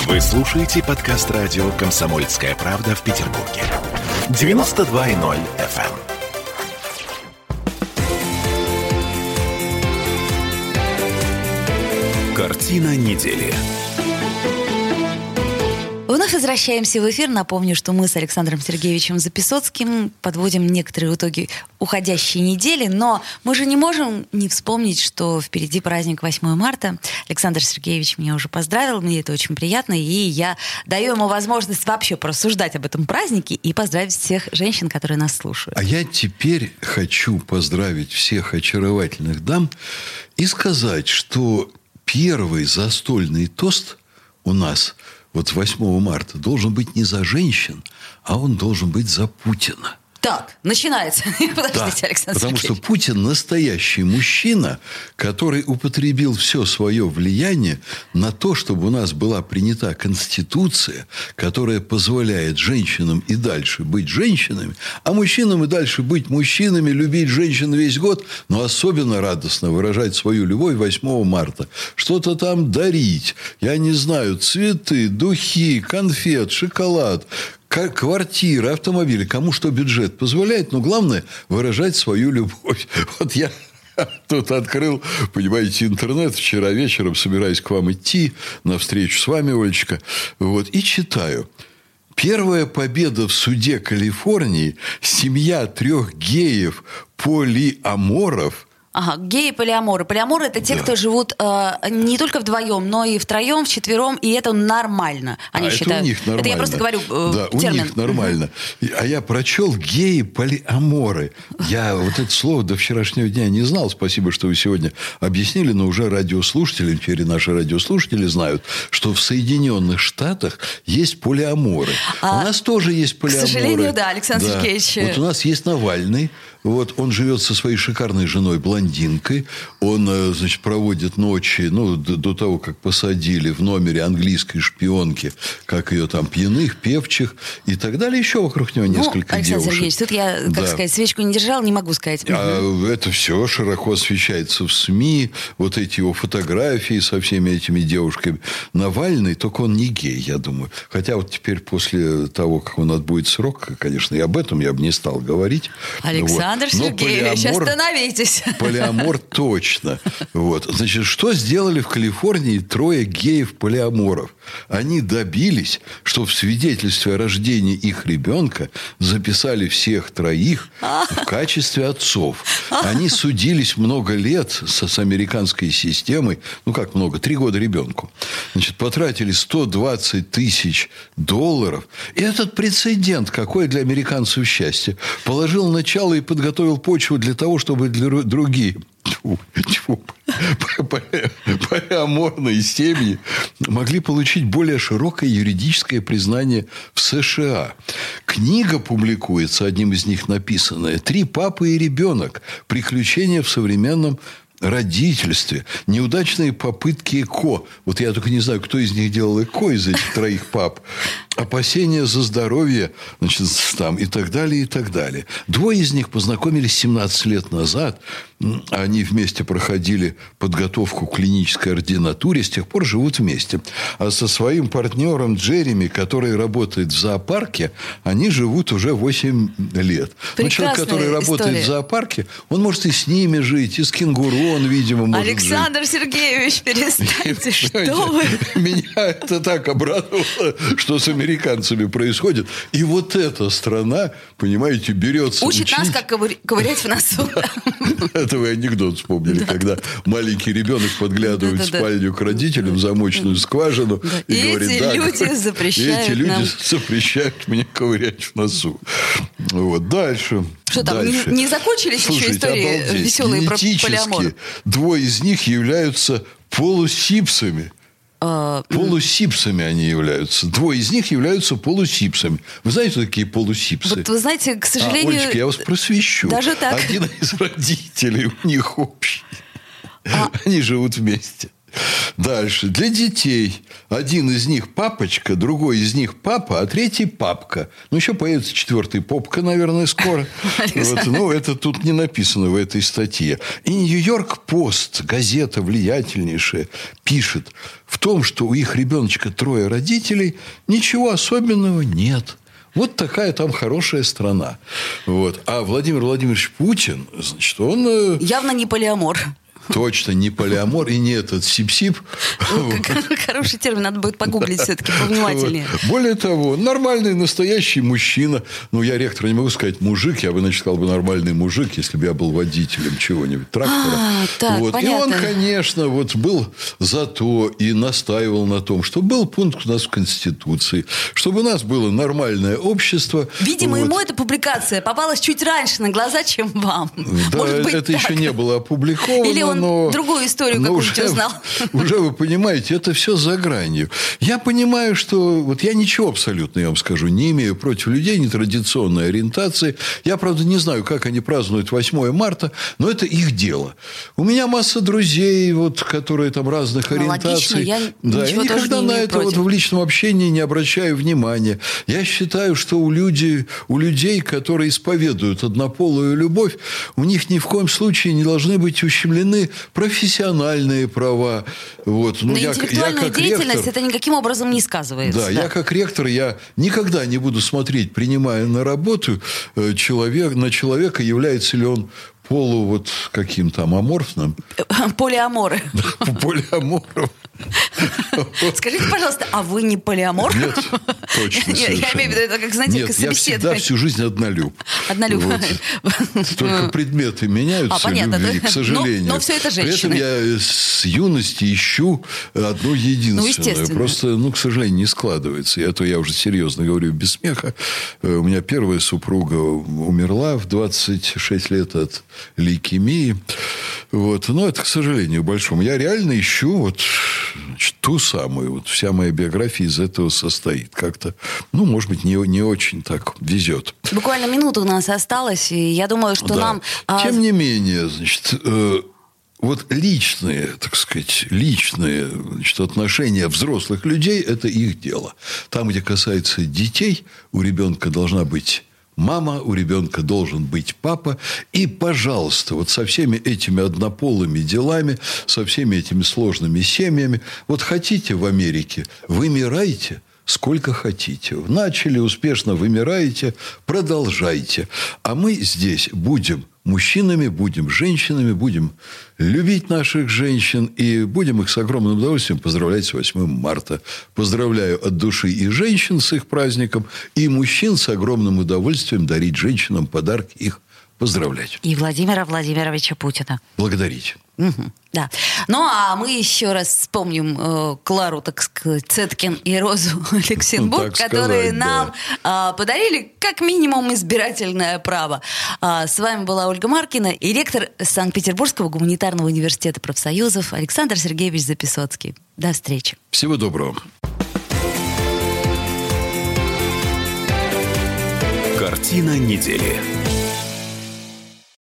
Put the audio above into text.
Вы слушаете подкаст радио «Комсомольская правда» в Петербурге. 92.0 FM. Картина недели. Вновь возвращаемся в эфир. Напомню, что мы с Александром Сергеевичем Записоцким подводим некоторые итоги уходящей недели, но мы же не можем не вспомнить, что впереди праздник 8 марта. Александр Сергеевич меня уже поздравил, мне это очень приятно, и я даю ему возможность вообще порассуждать об этом празднике и поздравить всех женщин, которые нас слушают. А я теперь хочу поздравить всех очаровательных дам и сказать, что первый застольный тост у нас вот 8 марта должен быть не за женщин, а он должен быть за Путина. Так, начинается. Подождите, Александр потому Сергеевич. что Путин настоящий мужчина, который употребил все свое влияние на то, чтобы у нас была принята Конституция, которая позволяет женщинам и дальше быть женщинами, а мужчинам и дальше быть мужчинами, любить женщин весь год, но особенно радостно выражать свою любовь 8 марта. Что-то там дарить, я не знаю, цветы, духи, конфет, шоколад, квартиры, автомобили, кому что бюджет позволяет, но главное выражать свою любовь. Вот я тут открыл, понимаете, интернет вчера вечером, собираясь к вам идти на встречу с вами, Олечка, вот, и читаю. Первая победа в суде Калифорнии. Семья 3 геев полиаморов. Ага, геи-полиаморы. Полиаморы – это те, кто живут не только вдвоем, но и втроем, вчетвером, и это нормально. Они считают. Это у них нормально. Это я просто говорю термин. У них нормально. А я прочел геи-полиаморы. Я вот это слово до вчерашнего дня не знал. Спасибо, что вы сегодня объяснили, но уже радиослушатели, теперь и наши радиослушатели знают, что в Соединенных Штатах есть полиаморы. У нас тоже есть полиаморы. К сожалению, да, Александр Сергеевич. Вот у нас есть Навальный. Вот он живет со своей шикарной женой блондинкой. Он, значит, проводит ночи, до того, как посадили в номере английской шпионки, как ее там, пьяных, певчих и так далее. Еще вокруг него несколько Александр девушек. Сергеевич, тут я, как сказать, свечку не держал, не могу сказать. Это все широко освещается в СМИ. Вот эти его фотографии со всеми этими девушками. Навальный, только он не гей, я думаю. Хотя вот теперь после того, как он отбудет срок, конечно, и об этом я бы не стал говорить. Александр Сергеевич, остановитесь. Полиамор точно. Вот. Значит, что сделали в Калифорнии 3 геев-полиаморов? Они добились, что в свидетельстве о рождении их ребенка записали всех 3 в качестве отцов. Они судились много лет с американской системой. Как много? 3 года ребенку. Значит, потратили $120 тысяч. И этот прецедент, какое для американцев счастье, положил начало и подготовил почву для того, чтобы другие полиаморные семьи могли получить более широкое юридическое признание в США. Книга публикуется, одним из них написанная «3 папы и ребенок. Приключения в современном родительстве. Неудачные попытки ЭКО». Вот я только не знаю, кто из них делал ЭКО из этих 3 пап. Опасения за здоровье, значит, там, и так далее, и так далее. 2 из них познакомились 17 лет назад. Они вместе проходили подготовку к клинической ординатуре. С тех пор живут вместе. А со своим партнером Джереми, который работает в зоопарке, они живут уже 8 лет. Человек, который работает в зоопарке, он может и с ними жить, и с кенгуру он, видимо, может Александр жить. Сергеевич, перестаньте, что вы... Меня это так обрадовало, что с американцами происходит. И вот эта страна, понимаете, берется учит нас, как ковырять в носу. Это вы анекдот вспомнили, когда маленький ребенок подглядывает в спальню к родителям в замочную скважину и говорит: эти люди запрещают мне ковырять в носу. Вот. Дальше. Что там, не закончились еще истории веселые про полиамор? 2 из них являются полусипсами. Полусипсами они являются. 2 из них являются полусипсами. Вы знаете, кто такие полусипсы? Вот вы знаете, к сожалению... Олечка, я вас просвещу. Даже так. Один из родителей у них общий. Они живут вместе. Дальше. Для детей. Один из них папочка, другой из них папа, а третий папка. Ну, еще появится четвертый попка, наверное, скоро. Вот. Ну, это тут не написано в этой статье. И Нью-Йорк Пост, газета влиятельнейшая, пишет: в том, что у их ребеночка 3 родителей, ничего особенного нет. Вот такая там хорошая страна. Вот. А Владимир Владимирович Путин, значит, он... Явно не полиамор. Точно, не полиамор и не этот сип-сип. Хороший термин, надо будет погуглить все-таки повнимательнее. Более того, нормальный, настоящий мужчина. Ну, я ректор не могу сказать мужик, я бы, значит, сказал бы нормальный мужик, если бы я был водителем чего-нибудь, трактора. Так, вот. И он, конечно, вот был за то и настаивал на том, что был пункт у нас в Конституции, чтобы у нас было нормальное общество. Видимо, вот. ему эта публикация попалась чуть раньше на глаза, чем вам. Да, Может быть, это так. еще не было опубликовано. Или он другую историю какую-нибудь узнал. Уже вы понимаете, это все за гранью. Я понимаю, что... Вот я ничего абсолютно, я вам скажу, не имею против людей нетрадиционной ориентации. Я, правда, не знаю, как они празднуют 8 марта, но это их дело. У меня масса друзей, вот, которые там разных ориентаций. Логично, я никогда на это вот в личном общении не обращаю внимания. Я считаю, что у людей, которые исповедуют однополую любовь, у них ни в коем случае не должны быть ущемлены профессиональные права. Вот. Но интеллектуальная деятельность это никаким образом не сказывается. Да, я как ректор, я никогда не буду смотреть, принимая на работу на человека, является ли он вот каким там аморфным. Полиаморы. Полиамором. Скажите, пожалуйста, а вы не полиамор? Нет, точно. Я имею в виду, это как, знаете, как собеседование. Я всегда всю жизнь однолюб. Однолюб. Только предметы меняются любви, к сожалению. Но все это женщины. При этом я с юности ищу одну единственную. Просто, к сожалению, не складывается. Я уже серьезно говорю, без смеха. У меня первая супруга умерла в 26 лет от лейкемии. Вот. Но это, к сожалению, большому. Я реально ищу ту самую. Вся моя биография из этого состоит. Как-то, может быть, не очень так везет. Буквально минута у нас осталась, и я думаю, что нам... Тем не менее, значит... Вот личные отношения взрослых людей – это их дело. Там, где касается детей, у ребенка должна быть мама, у ребенка должен быть папа. И, пожалуйста, вот со всеми этими однополыми делами, со всеми этими сложными семьями, вот хотите в Америке, вымирайте сколько хотите. Начали успешно, вымираете, продолжайте. А мы здесь будем мужчинами, будем женщинами, будем любить наших женщин и будем их с огромным удовольствием поздравлять с 8 марта. Поздравляю от души и женщин с их праздником, и мужчин с огромным удовольствием дарить женщинам подарки, их поздравлять. И Владимира Владимировича Путина. Благодарить. Да. Ну, а мы еще раз вспомним Клару, так сказать, Цеткин и Розу Люксембург, которые нам подарили как минимум избирательное право. С вами была Ольга Маркина и ректор Санкт-Петербургского гуманитарного университета профсоюзов Александр Сергеевич Записоцкий. До встречи. Всего доброго. Картина недели.